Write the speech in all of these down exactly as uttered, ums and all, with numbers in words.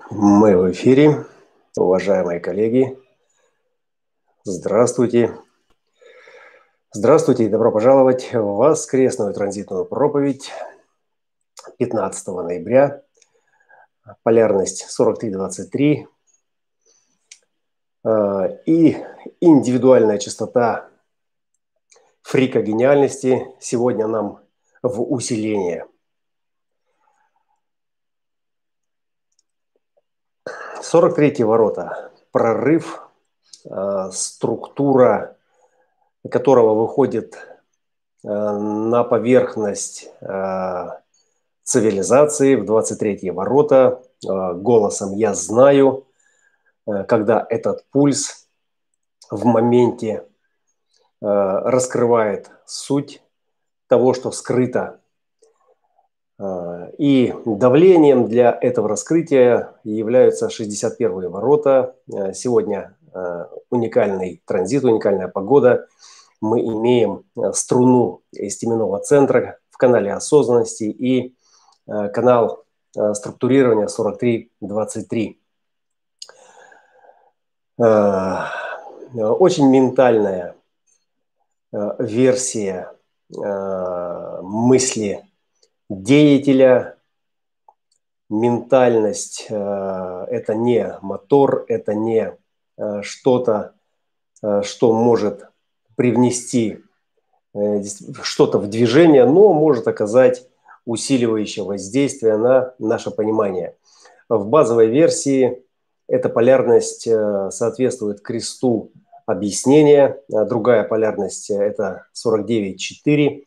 Мы в эфире, уважаемые коллеги. Здравствуйте. Здравствуйте и добро пожаловать в воскресную транзитную проповедь пятнадцатого ноября. Полярность сорок три двадцать три. И индивидуальная частота фрика гениальности сегодня нам в усиление. сорок третьи ворота. Прорыв, структура которого выходит на поверхность цивилизации в двадцать третьи ворота голосом «Я знаю», когда этот пульс в моменте раскрывает суть того, что скрыто. И давлением для этого раскрытия являются шестьдесят первые ворота. Сегодня уникальный транзит, уникальная погода. Мы имеем струну из теменного центра в канале осознанности и канал структурирования сорок три двадцать три. Очень ментальная версия мысли деятеля. Ментальность – это не мотор, это не что-то, что может привнести что-то в движение, но может оказать усиливающее воздействие на наше понимание. В базовой версии эта полярность соответствует кресту объяснения, другая полярность – это сорок девять четыре,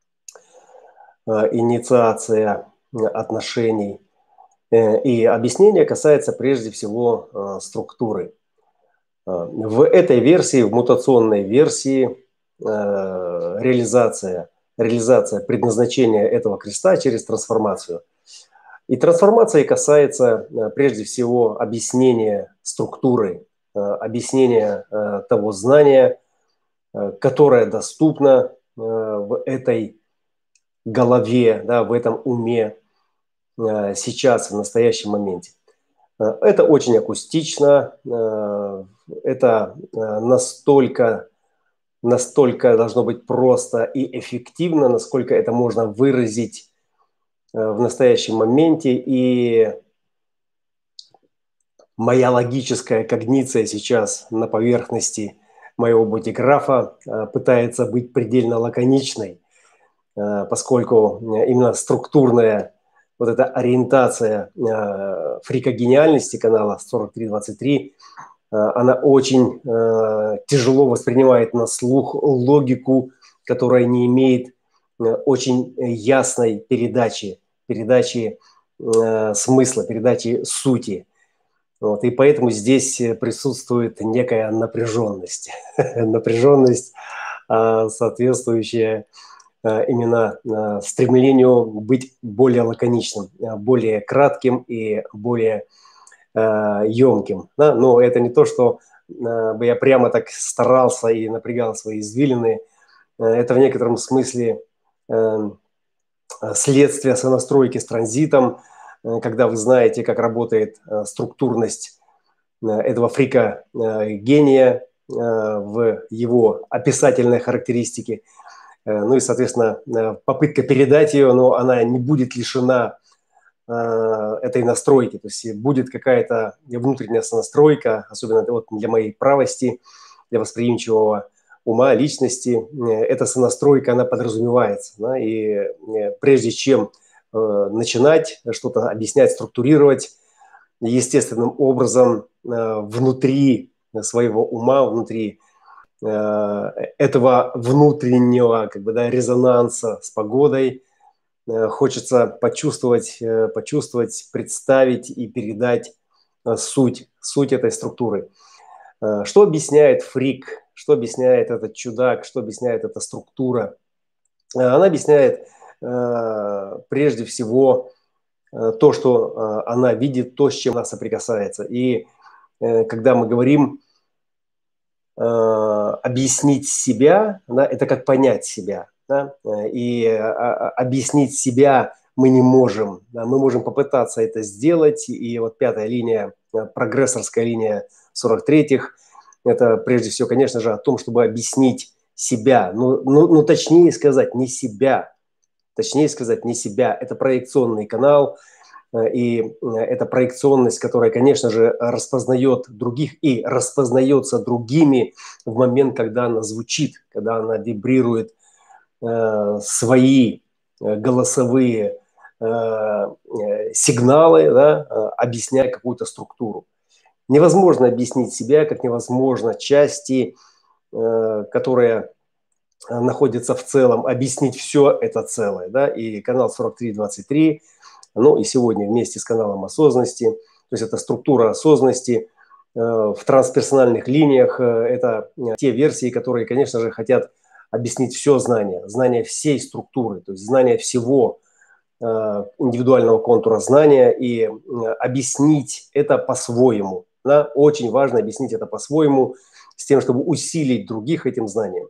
инициация отношений. И объяснение касается прежде всего структуры. В этой версии, в мутационной версии, реализация, реализация предназначения этого креста через трансформацию. И трансформация касается прежде всего объяснения структуры, объяснения того знания, которое доступно в этой голове, да, в этом уме сейчас, в настоящем моменте. Это очень акустично, это настолько, настолько должно быть просто и эффективно, насколько это можно выразить в настоящем моменте. И моя логическая когниция сейчас на поверхности моего бодиграфа пытается быть предельно лаконичной, поскольку именно структурная вот эта ориентация фрика гениальности канала сорок три двадцать три, она очень тяжело воспринимает на слух логику, которая не имеет очень ясной передачи, передачи смысла, передачи сути. Вот, и поэтому здесь присутствует некая напряженность, напряженность, соответствующая именно стремлению быть более лаконичным, более кратким и более емким. Да? Но это не то, что бы я прямо так старался и напрягал свои извилины. Это в некотором смысле следствие сонастройки с транзитом, когда вы знаете, как работает структурность этого фрика гения в его описательной характеристике. Ну и, соответственно, попытка передать ее, но она не будет лишена этой настройки. То есть будет какая-то внутренняя сонастройка, особенно вот для моей правости, для восприимчивого ума, личности. Эта сонастройка, она подразумевается. Да? И прежде чем начинать что-то объяснять, структурировать, естественным образом внутри своего ума, внутри этого внутреннего как бы, да, резонанса с погодой хочется почувствовать, почувствовать, представить и передать суть, суть этой структуры. Что объясняет фрик, что объясняет этот чудак, что объясняет эта структура? Она объясняет прежде всего то, что она видит, то, с чем она соприкасается. И когда мы говорим объяснить себя, да, это как понять себя. Да? И объяснить себя мы не можем. Да, мы можем попытаться это сделать. И вот пятая линия, прогрессорская линия сорок третьих, это прежде всего, конечно же, о том, чтобы объяснить себя. Ну, ну, ну точнее сказать, не себя. Точнее сказать, не себя. Это проекционный канал. И это проекционность, которая, конечно же, распознает других и распознается другими в момент, когда она звучит, когда она вибрирует э, свои голосовые э, сигналы, да, объясняя какую-то структуру. Невозможно объяснить себя, как невозможно части, э, которые находятся в целом, объяснить все это целое. Да? И канал сорок три двадцать три, ну и сегодня вместе с каналом осознанности, то есть это структура осознанности э, в трансперсональных линиях, э, это те версии, которые, конечно же, хотят объяснить все знание, знание всей структуры, то есть знание всего э, индивидуального контура знания и э, объяснить это по-своему. Да? Очень важно объяснить это по-своему, с тем, чтобы усилить других этим знанием.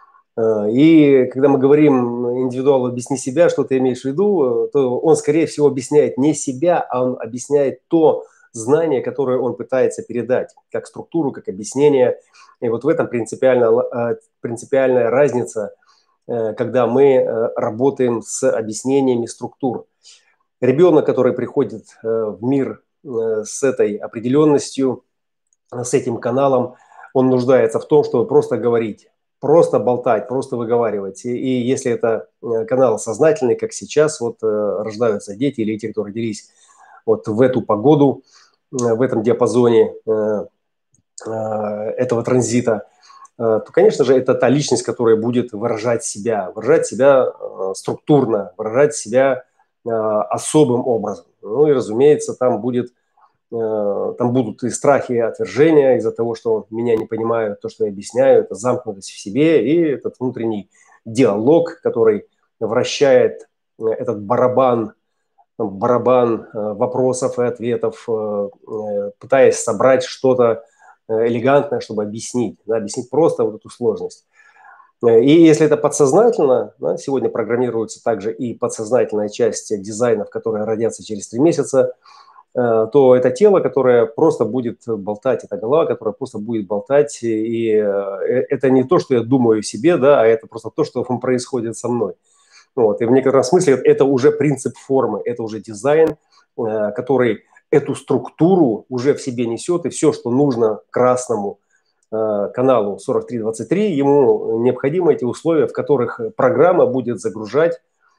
И когда мы говорим индивидуалу «объясни себя», что ты имеешь в виду, то он, скорее всего, объясняет не себя, а он объясняет то знание, которое он пытается передать, как структуру, как объяснение. И вот в этом принципиально, принципиальная разница, когда мы работаем с объяснениями структур. Ребенок, который приходит в мир с этой определенностью, с этим каналом, он нуждается в том, чтобы просто говорить. Просто болтать, просто выговаривать. И, и если это канал сознательный, как сейчас, вот э, рождаются дети или те, кто родились вот в эту погоду, э, в этом диапазоне э, э, этого транзита, э, то, конечно же, это та личность, которая будет выражать себя, выражать себя э, структурно, выражать себя э, особым образом. Ну и, разумеется, там будет там будут и страхи, и отвержения из-за того, что меня не понимают, то, что я объясняю, это замкнутость в себе и этот внутренний диалог, который вращает этот барабан, барабан вопросов и ответов, пытаясь собрать что-то элегантное, чтобы объяснить, да, объяснить просто вот эту сложность. И если это подсознательно, да, сегодня программируется также и подсознательная часть дизайнов, которые родятся через три месяца, то это тело, которое просто будет болтать, это голова, которая просто будет болтать, и это не то, что я думаю о себе, да, а это просто то, что происходит со мной. Вот. И в некотором смысле это уже принцип формы, это уже дизайн, который эту структуру уже в себе несет, и все, что нужно красному каналу сорок три двадцать три, ему необходимы эти условия, в которых программа будет загружать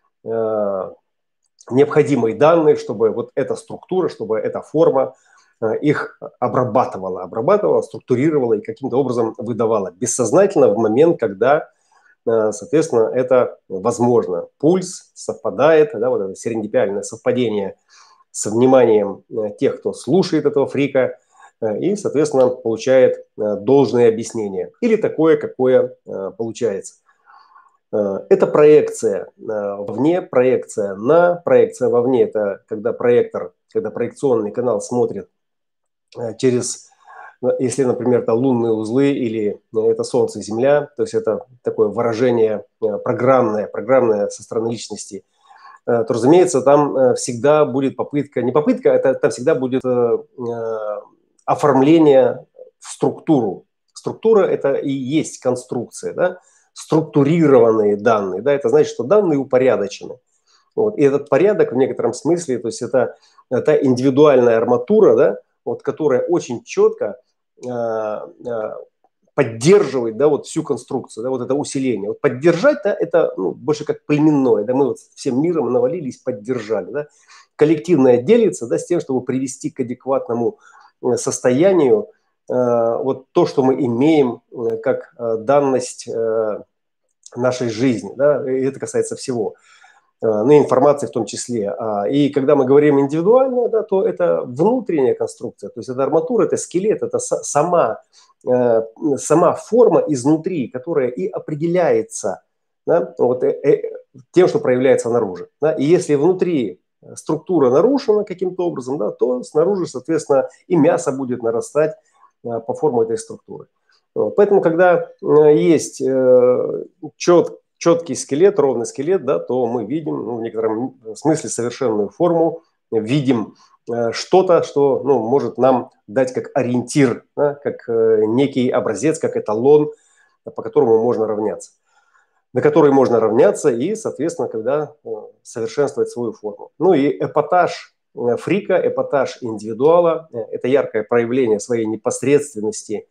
необходимые данные, чтобы вот эта структура, чтобы эта форма их обрабатывала, обрабатывала, структурировала и каким-то образом выдавала бессознательно в момент, когда, соответственно, это возможно. Пульс совпадает, да, вот это серендипиальное совпадение с вниманием тех, кто слушает этого фрика, и, соответственно, получает должное объяснение или такое, какое получается. Это проекция вовне, проекция на, проекция вовне. Это когда проектор, когда проекционный канал смотрит через, если, например, это лунные узлы или это Солнце и Земля, то есть это такое выражение программное, программное со стороны личности, то, разумеется, там всегда будет попытка, не попытка, это там всегда будет оформление в структуру. Структура – это и есть конструкция, да? Структурированные данные, да, это значит, что данные упорядочены. Вот. И этот порядок в некотором смысле, то есть это, это индивидуальная арматура, да, вот, которая очень четко э, э, поддерживает, да, вот всю конструкцию, да, вот это усиление. Вот поддержать, да, это ну, больше как племенное, да, мы вот всем миром навалились, поддержали, да. Коллективное делится, да, с тем, чтобы привести к адекватному состоянию вот то, что мы имеем как данность нашей жизни, да, и это касается всего, ну, информации в том числе. И когда мы говорим индивидуально, да, то это внутренняя конструкция, то есть это арматура, это скелет, это сама, сама форма изнутри, которая и определяется, да, вот, тем, что проявляется наружу. Да. И если внутри структура нарушена каким-то образом, да, то снаружи, соответственно, и мясо будет нарастать по форме этой структуры. Поэтому, когда есть чет, четкий скелет, ровный скелет, да, то мы видим, ну, в некотором смысле совершенную форму, видим э, что-то, что, ну, может нам дать как ориентир, да, как э, некий образец, как эталон, по которому можно равняться, на который можно равняться и, соответственно, когда э, совершенствовать свою форму. Ну и эпатаж э, фрика, эпатаж индивидуала э, – это яркое проявление своей непосредственности.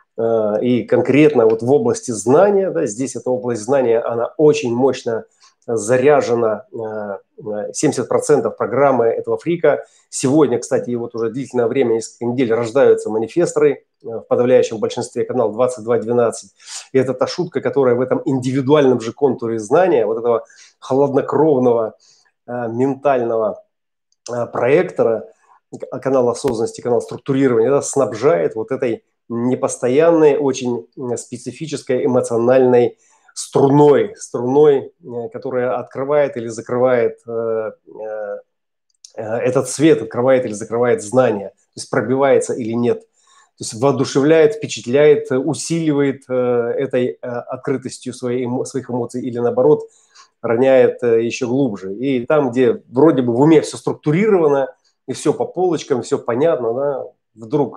И конкретно вот в области знания, да, здесь эта область знания, она очень мощно заряжена, семьдесят процентов программы этого фрика. Сегодня, кстати, и вот уже длительное время, несколько недель, рождаются манифесторы, в подавляющем большинстве канал двадцать два двенадцать. И это та шутка, которая в этом индивидуальном же контуре знания, вот этого хладнокровного ментального проектора, канал осознанности, канал структурирования, это снабжает вот этой непостоянной, очень специфической эмоциональной струной, струной, которая открывает или закрывает э, э, этот свет, открывает или закрывает знания, то есть пробивается или нет. То есть воодушевляет, впечатляет, усиливает э, этой э, открытостью своей, своих эмоций или наоборот роняет э, еще глубже. И там, где вроде бы в уме все структурировано, и все по полочкам, все понятно, да, вдруг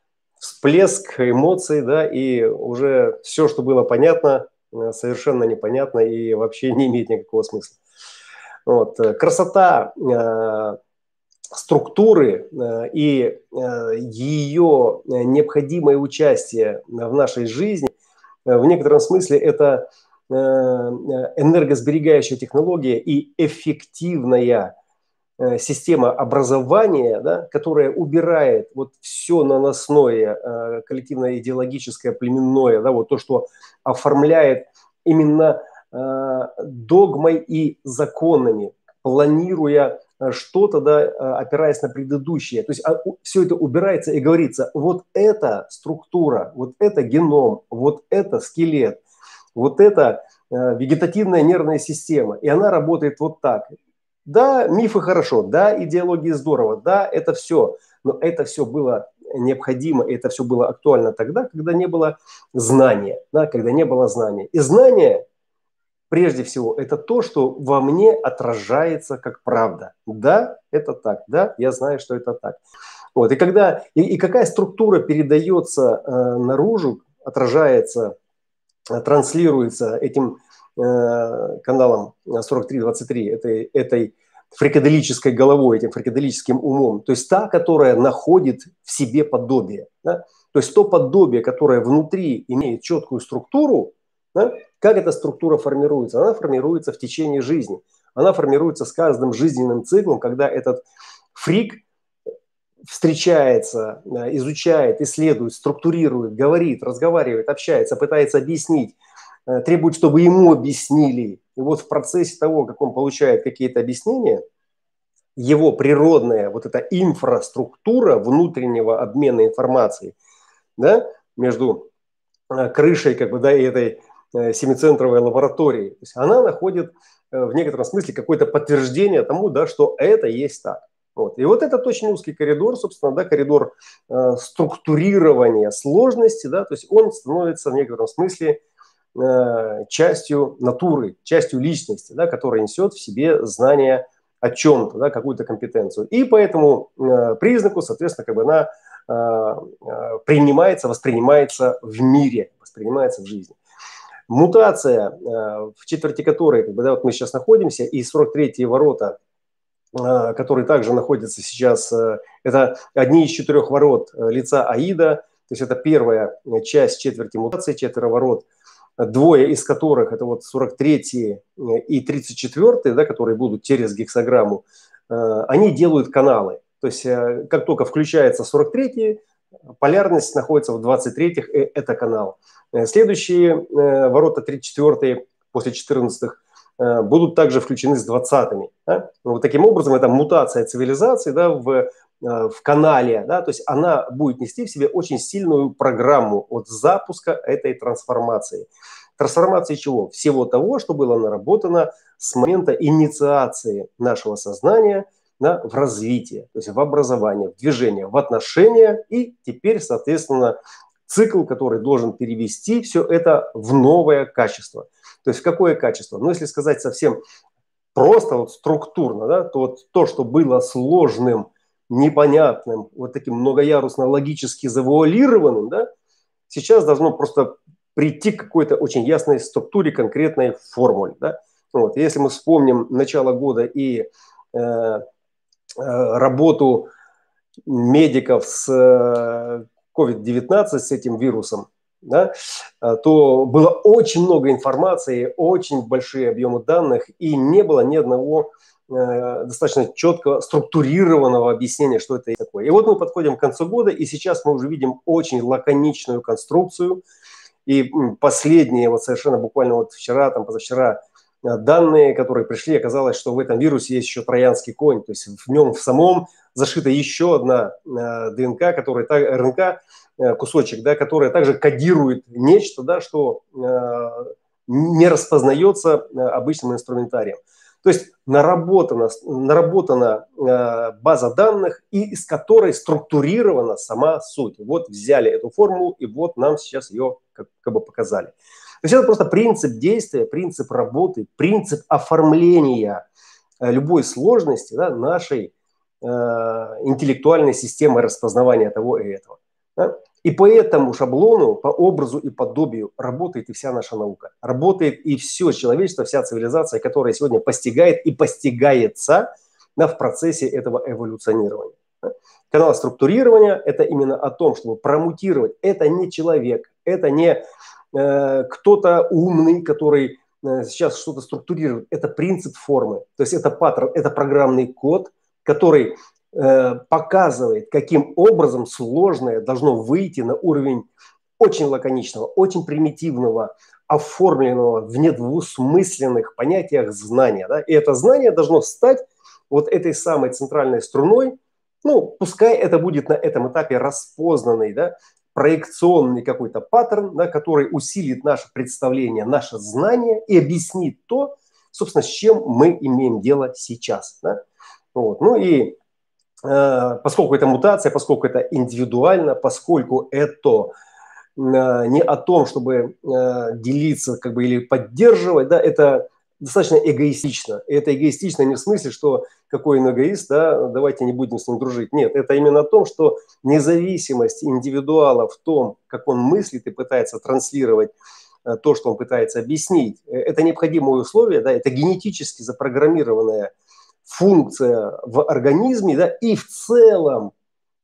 всплеск эмоций, да, и уже все, что было понятно, совершенно непонятно и вообще не имеет никакого смысла. Вот. Красота э, структуры э, и э, ее необходимое участие в нашей жизни э, в некотором смысле это э, энергосберегающая технология и эффективная система образования, да, которая убирает вот все наносное, э, коллективно-идеологическое, племенное, да, вот то, что оформляет именно э, догмой и законами, планируя что-то, да, опираясь на предыдущее. То есть а, все это убирается и говорится, вот это структура, вот это геном, вот это скелет, вот это э, вегетативная нервная система, и она работает вот так. Да, мифы хорошо, да, идеологии здорово, да, это все, но это все было необходимо, и это все было актуально тогда, когда не было знания, да, когда не было знания. И знание, прежде всего, это то, что во мне отражается как правда. Да, это так, да, я знаю, что это так. Вот, и когда, и, и какая структура передается э, наружу, отражается, э, транслируется этим каналом сорок три двадцать три, этой, этой фрикаделической головой, этим фрикаделическим умом, то есть та, которая находит в себе подобие. Да? То есть то подобие, которое внутри имеет четкую структуру, да? Как эта структура формируется? Она формируется в течение жизни. Она формируется с каждым жизненным циклом, когда этот фрик встречается, изучает, исследует, структурирует, говорит, разговаривает, общается, пытается объяснить, требует, чтобы ему объяснили. И вот в процессе того, как он получает какие-то объяснения, его природная вот эта инфраструктура внутреннего обмена информацией, да, между крышей как бы, да, и этой семицентровой лабораторией, то есть она находит в некотором смысле какое-то подтверждение тому, да, что это есть так. Вот. И вот этот очень узкий коридор, собственно, да, коридор э, структурирования сложности, да, то есть он становится в некотором смысле частью натуры, частью личности, да, которая несет в себе знание о чем-то, да, какую-то компетенцию. И по этому э, признаку, соответственно, как бы она э, принимается, воспринимается в мире, воспринимается в жизни. Мутация, э, в четверти которой как бы, да, вот мы сейчас находимся, и сорок третьи ворота, э, которые также находятся сейчас, э, это одни из четырех ворот лица Аида, то есть это первая часть четверти мутации, четверо ворот, двое из которых, это вот сорок третий и тридцать четвёртый, да, которые будут через гексограмму, они делают каналы. То есть как только включается сорок третий, полярность находится в двадцать третьих, это канал. Следующие ворота тридцать четвёртые после четырнадцатых будут также включены с двадцатыми. Да? Вот таким образом, это мутация цивилизации, да, в в канале, да, то есть она будет нести в себе очень сильную программу от запуска этой трансформации. Трансформации чего? Всего того, что было наработано с момента инициации нашего сознания, да, в развитие, то есть в образование, в движение, в отношения, и теперь, соответственно, цикл, который должен перевести все это в новое качество. То есть в какое качество? Ну, если сказать совсем просто, вот структурно, да, то вот то, что было сложным, непонятным, вот таким многоярусно-логически завуалированным, да, сейчас должно просто прийти к какой-то очень ясной структуре, конкретной формуле. Да? Вот. Если мы вспомним начало года и э, э, работу медиков с э, ковид девятнадцать, с этим вирусом, да, то было очень много информации, очень большие объемы данных, и не было ни одного э, достаточно четкого, структурированного объяснения, что это такое. И вот мы подходим к концу года, и сейчас мы уже видим очень лаконичную конструкцию, и последние, вот совершенно буквально вот вчера, там, позавчера, данные, которые пришли, оказалось, что в этом вирусе есть еще троянский конь, то есть в нем в самом зашита еще одна э, ДНК, которая, РНК, э, кусочек, да, которая также кодирует нечто, да, что э, не распознается э, обычным инструментарием. То есть наработана, наработана э, база данных, и из которой структурирована сама суть. Вот взяли эту формулу, и вот нам сейчас ее как, как бы показали. То есть это просто принцип действия, принцип работы, принцип оформления э, любой сложности, да, нашей э, интеллектуальной системы распознавания того и этого. Да? И по этому шаблону, по образу и подобию работает и вся наша наука. Работает и все человечество, вся цивилизация, которая сегодня постигает и постигается, да, в процессе этого эволюционирования. Да? Канал структурирования – это именно о том, чтобы промутировать. Это не человек, это не э, кто-то умный, который э, сейчас что-то структурирует. Это принцип формы. То есть это паттерн, это программный код, который показывает, каким образом сложное должно выйти на уровень очень лаконичного, очень примитивного, оформленного в недвусмысленных понятиях знания. Да? И это знание должно стать вот этой самой центральной струной, ну, пускай это будет на этом этапе распознанный, да, проекционный какой-то паттерн, да, который усилит наше представление, наше знание и объяснит то, собственно, с чем мы имеем дело сейчас. Да? Вот. Ну и поскольку это мутация, поскольку это индивидуально, поскольку это не о том, чтобы делиться как бы, или поддерживать, да, это достаточно эгоистично. И это эгоистично не в смысле, что какой он эгоист, да, давайте не будем с ним дружить. Нет, это именно о том, что независимость индивидуала в том, как он мыслит и пытается транслировать то, что он пытается объяснить, это необходимое условие, да, это генетически запрограммированное функция в организме, да, и в целом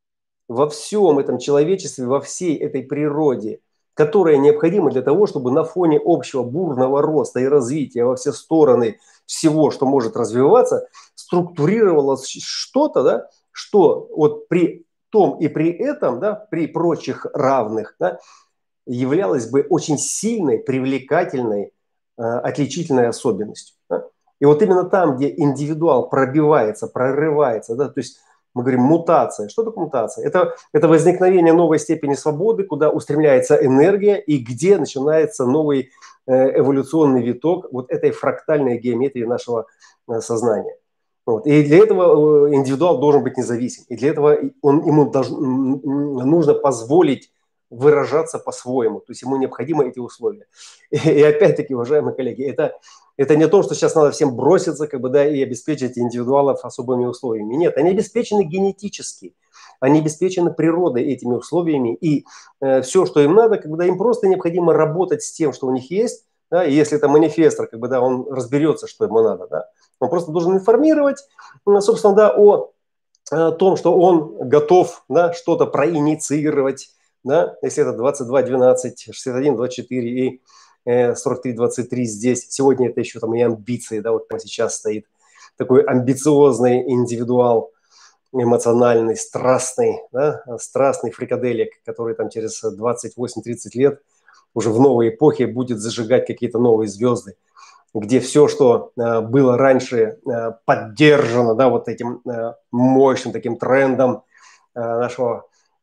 во всем этом человечестве, во всей этой природе, которая необходима для того, чтобы на фоне общего бурного роста и развития во все стороны всего, что может развиваться, структурировалось что-то, да, что вот при том и при этом, да, при прочих равных, да, являлось бы очень сильной, привлекательной, э, отличительной особенностью. Да. И вот именно там, где индивидуал пробивается, прорывается, да, то есть мы говорим мутация. Что такое мутация? Это, это возникновение новой степени свободы, куда устремляется энергия и где начинается новый э, эволюционный виток вот этой фрактальной геометрии нашего э, сознания. Вот. И для этого индивидуал должен быть независим. И для этого он, ему долж, нужно позволить выражаться по-своему. То есть ему необходимы эти условия. И, и опять-таки, уважаемые коллеги, это, это не то, что сейчас надо всем броситься как бы, да, и обеспечить индивидуалов особыми условиями. Нет, они обеспечены генетически. Они обеспечены природой этими условиями. И э, все, что им надо, как бы, да, им просто необходимо работать с тем, что у них есть. Да, и если это манифестор, как бы, да, он разберется, что ему надо. Да. Он просто должен информировать, собственно, да, о, о том, что он готов, да, что-то проинициировать. Да, если это двадцать два двенадцать, шестьдесят один двадцать четыре и э, сорок три двадцать три здесь. Сегодня это еще там и амбиции, да, вот сейчас стоит такой амбициозный индивидуал, эмоциональный, страстный, да, страстный фрикаделик, который там через двадцать восемь тридцать лет уже в новой эпохе будет зажигать какие-то новые звезды, где все, что э, было раньше э, поддержано, да, вот этим э, мощным таким трендом э, нашего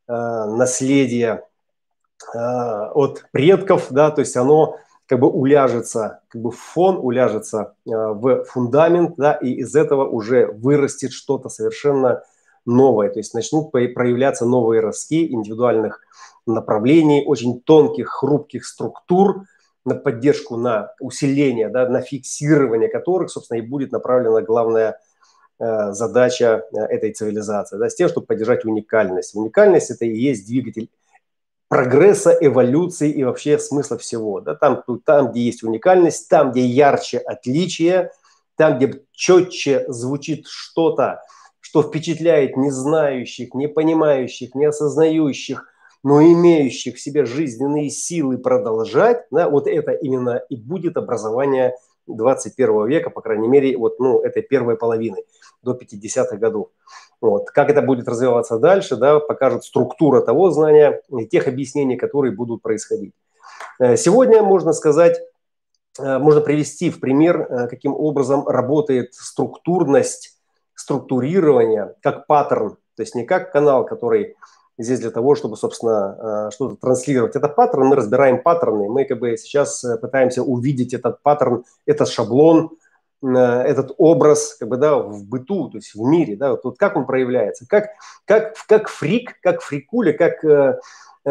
наследия э, от предков, да, то есть оно как бы уляжется, как бы в фон уляжется э, в фундамент, да, и из этого уже вырастет что-то совершенно новое, то есть начнут проявляться новые ростки индивидуальных направлений, очень тонких, хрупких структур, на поддержку, на усиление, да, на фиксирование которых, собственно, и будет направлена главная э, задача э, этой цивилизации, да, с тем, чтобы поддержать уникальность. Уникальность – это и есть двигатель прогресса, эволюции и вообще смысла всего. Да? Там, там, где есть уникальность, там, где ярче отличие, там, где четче звучит что-то, что впечатляет не знающих, не понимающих, не осознающих, но имеющих в себе жизненные силы продолжать, да, вот это именно и будет образование двадцать первого века, по крайней мере, вот, ну, этой первой половины, до пятидесятых годов. Вот. Как это будет развиваться дальше, да, покажет структура того знания и тех объяснений, которые будут происходить. Сегодня можно сказать, можно привести в пример, каким образом работает структурность, структурирование, как паттерн, то есть не как канал, который здесь для того, чтобы, собственно, что-то транслировать. Это паттерн, мы разбираем паттерны, мы как бы сейчас пытаемся увидеть этот паттерн, этот шаблон, этот образ как бы, да, в быту, то есть в мире, да, вот, вот как он проявляется, как, как, как фрик, как фрикуля, как э, э,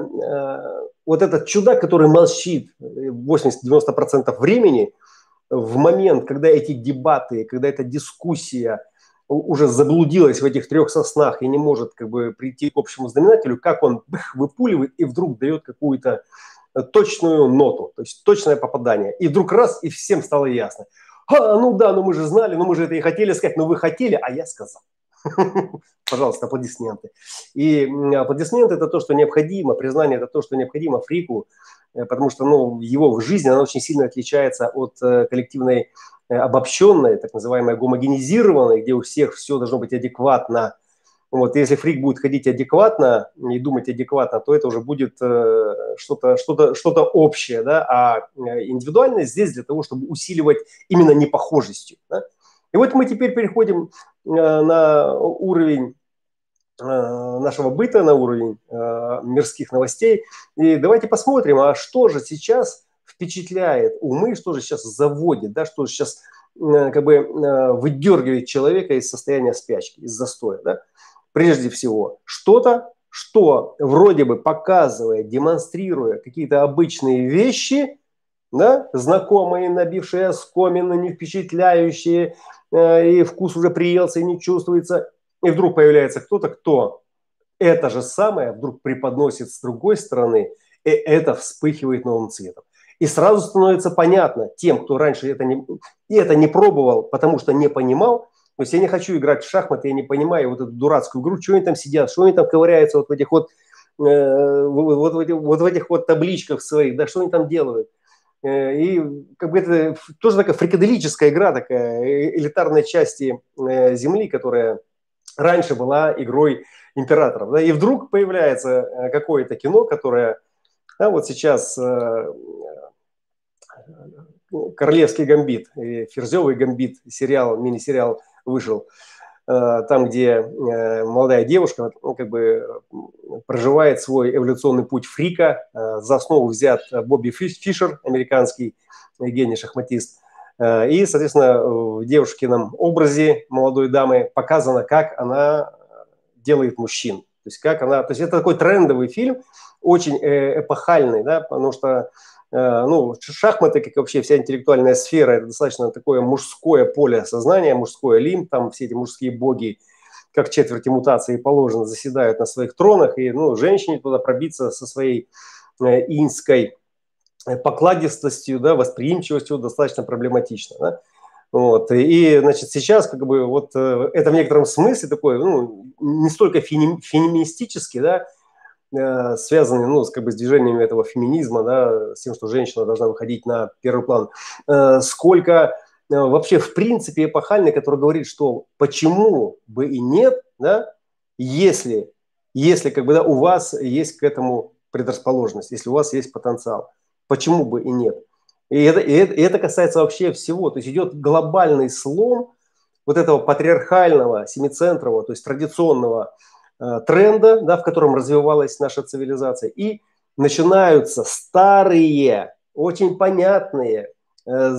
э, вот этот чудак, который молчит восемьдесят-девяносто процентов времени, в момент, когда эти дебаты, когда эта дискуссия уже заблудилась в этих трех соснах и не может как бы прийти к общему знаменателю, как он выпуливает и вдруг дает какую-то точную ноту, то есть точное попадание. И вдруг раз, и всем стало ясно. А, ну да, ну мы же знали, ну мы же это и хотели сказать, но вы хотели, а я сказал. Пожалуйста, аплодисменты. И аплодисменты – это то, что необходимо, признание – это то, что необходимо фрику, потому что ну, его в жизни она очень сильно отличается от коллективной обобщенной, так называемой гомогенизированной, где у всех все должно быть адекватно. Вот, если фрик будет ходить адекватно и думать адекватно, то это уже будет э, что-то, что-то, что-то общее, да? А индивидуальность здесь для того, чтобы усиливать именно непохожестью. Да? И вот мы теперь переходим э, на уровень э, нашего быта, на уровень э, мирских новостей. И давайте посмотрим, а что же сейчас впечатляет умы, что же сейчас заводит, да? Что же сейчас э, как бы э, выдергивает человека из состояния спячки, из застоя, да? Прежде всего, что-то, что вроде бы показывая, демонстрируя какие-то обычные вещи, да, знакомые, набившие оскомины, не впечатляющие, э, и вкус уже приелся и не чувствуется, и вдруг появляется кто-то, кто это же самое вдруг преподносит с другой стороны, и это вспыхивает новым цветом. И сразу становится понятно тем, кто раньше это не, и это не пробовал, потому что не понимал. То есть я не хочу играть в шахматы, я не понимаю вот эту дурацкую игру, что они там сидят, что они там ковыряются вот в этих вот, э, вот, в этих, вот в этих вот табличках своих, да, что они там делают. Э, и как бы это тоже такая фрикаделическая игра, такая элитарной части э, Земли, которая раньше была игрой императоров. Да, и вдруг появляется какое-то кино, которое, да, вот сейчас э, «Королевский гамбит», «Ферзевый гамбит», сериал, мини-сериал вышел, там, где молодая девушка ну, как бы проживает свой эволюционный путь фрика. За основу взят Бобби Фишер, американский гений-шахматист. И, соответственно, в девушкином образе молодой дамы показано, как она делает мужчин. То есть, как она, то есть это такой трендовый фильм, очень эпохальный, да, потому что ну, шахматы, как и вообще вся интеллектуальная сфера, это достаточно такое мужское поле сознания, мужской олимп, там все эти мужские боги, как четверти мутации положено, заседают на своих тронах, и ну, женщине туда пробиться со своей э, инской покладистостью, да, восприимчивостью достаточно проблематично. Да? Вот. И, значит, сейчас как бы вот э, это в некотором смысле такое, ну, не столько феми, феминистически, да, связанные ну, с, как бы, с движением этого феминизма, да, с тем, что женщина должна выходить на первый план, сколько вообще в принципе эпохальный, который говорит, что почему бы и нет, да, если, если как бы, да, у вас есть к этому предрасположенность, если у вас есть потенциал, почему бы и нет. И это, и это, и это касается вообще всего, то есть идет глобальный слом вот этого патриархального, семицентрового, то есть традиционного тренда, да, в котором развивалась наша цивилизация, и начинаются старые, очень понятные, э,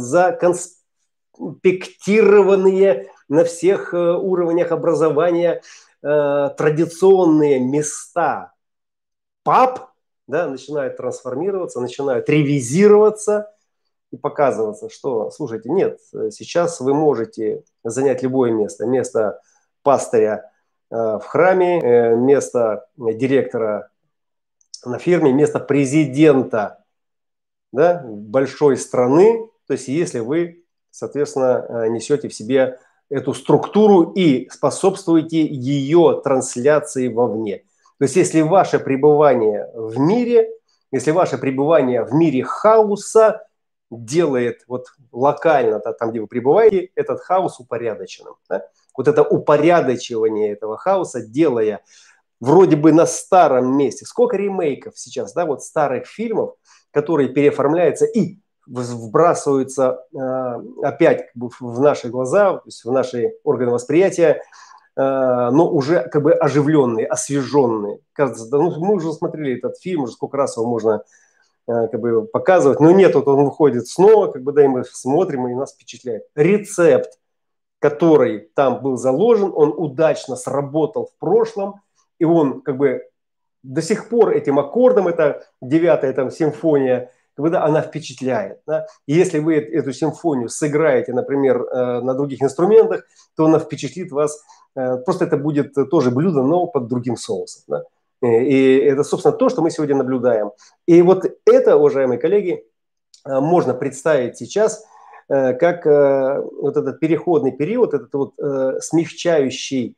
законспектированные на всех э, уровнях образования э, традиционные места пап, да, начинают трансформироваться, начинают ревизироваться и показываться, что, слушайте, нет, сейчас вы можете занять любое место. Место пастыря э, в храме, э, место директора на ферме, место президента, да, большой страны. То есть если вы, соответственно, несете в себе эту структуру и способствуете ее трансляции вовне. То есть если ваше пребывание в мире, если ваше пребывание в мире хаоса делает вот локально, там, где вы пребываете, этот хаос упорядоченным. Да? Вот это упорядочивание этого хаоса, делая вроде бы на старом месте. Сколько ремейков сейчас, да, вот старых фильмов, которые переоформляются и вбрасываются э, опять как бы в наши глаза, то есть в наши органы восприятия, э, но уже как бы оживленные, освеженные. Кажется, да, ну, мы уже смотрели этот фильм, уже сколько раз его можно э, как бы показывать, но нет, вот он выходит снова, как бы, да, и мы смотрим, и нас впечатляет. Рецепт, который там был заложен, он удачно сработал в прошлом, и он как бы до сих пор этим аккордом, это девятая там симфония, как бы, да, она впечатляет. Да? И если вы эту симфонию сыграете, например, на других инструментах, то она впечатлит вас. Просто это будет тоже блюдо, но под другим соусом. Да? И это, собственно, то, что мы сегодня наблюдаем. И вот это, уважаемые коллеги, можно представить сейчас как вот этот переходный период, этот вот смягчающий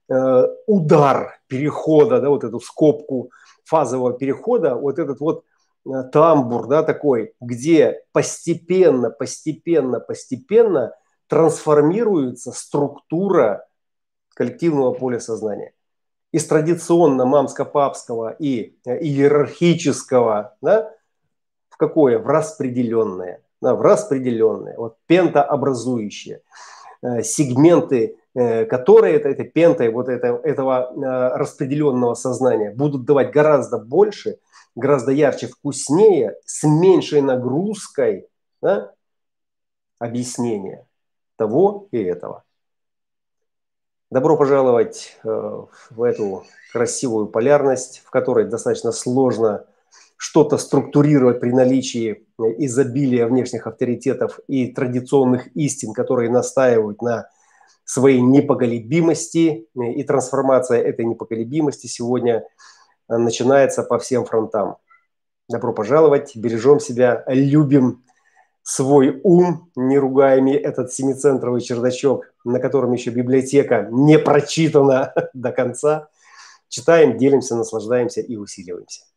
удар перехода, да, вот эту скобку фазового перехода, вот этот вот тамбур, да, такой, где постепенно, постепенно, постепенно трансформируется структура коллективного поля сознания. Из традиционно мамско-папского и иерархического, да, в какое? В распределенное. Да, в распределенное. Вот пентаобразующее. Сегменты, которые это, это пенты вот это, этого распределенного сознания будут давать гораздо больше, гораздо ярче, вкуснее, с меньшей нагрузкой, да, объяснения того и этого. Добро пожаловать в эту красивую полярность, в которой достаточно сложно что-то структурировать при наличии изобилия внешних авторитетов и традиционных истин, которые настаивают на своей непоколебимости. И трансформация этой непоколебимости сегодня начинается по всем фронтам. Добро пожаловать, бережем себя, любим свой ум, не ругаем этот семицентровый чердачок, на котором еще библиотека не прочитана до конца. Читаем, делимся, наслаждаемся и усиливаемся.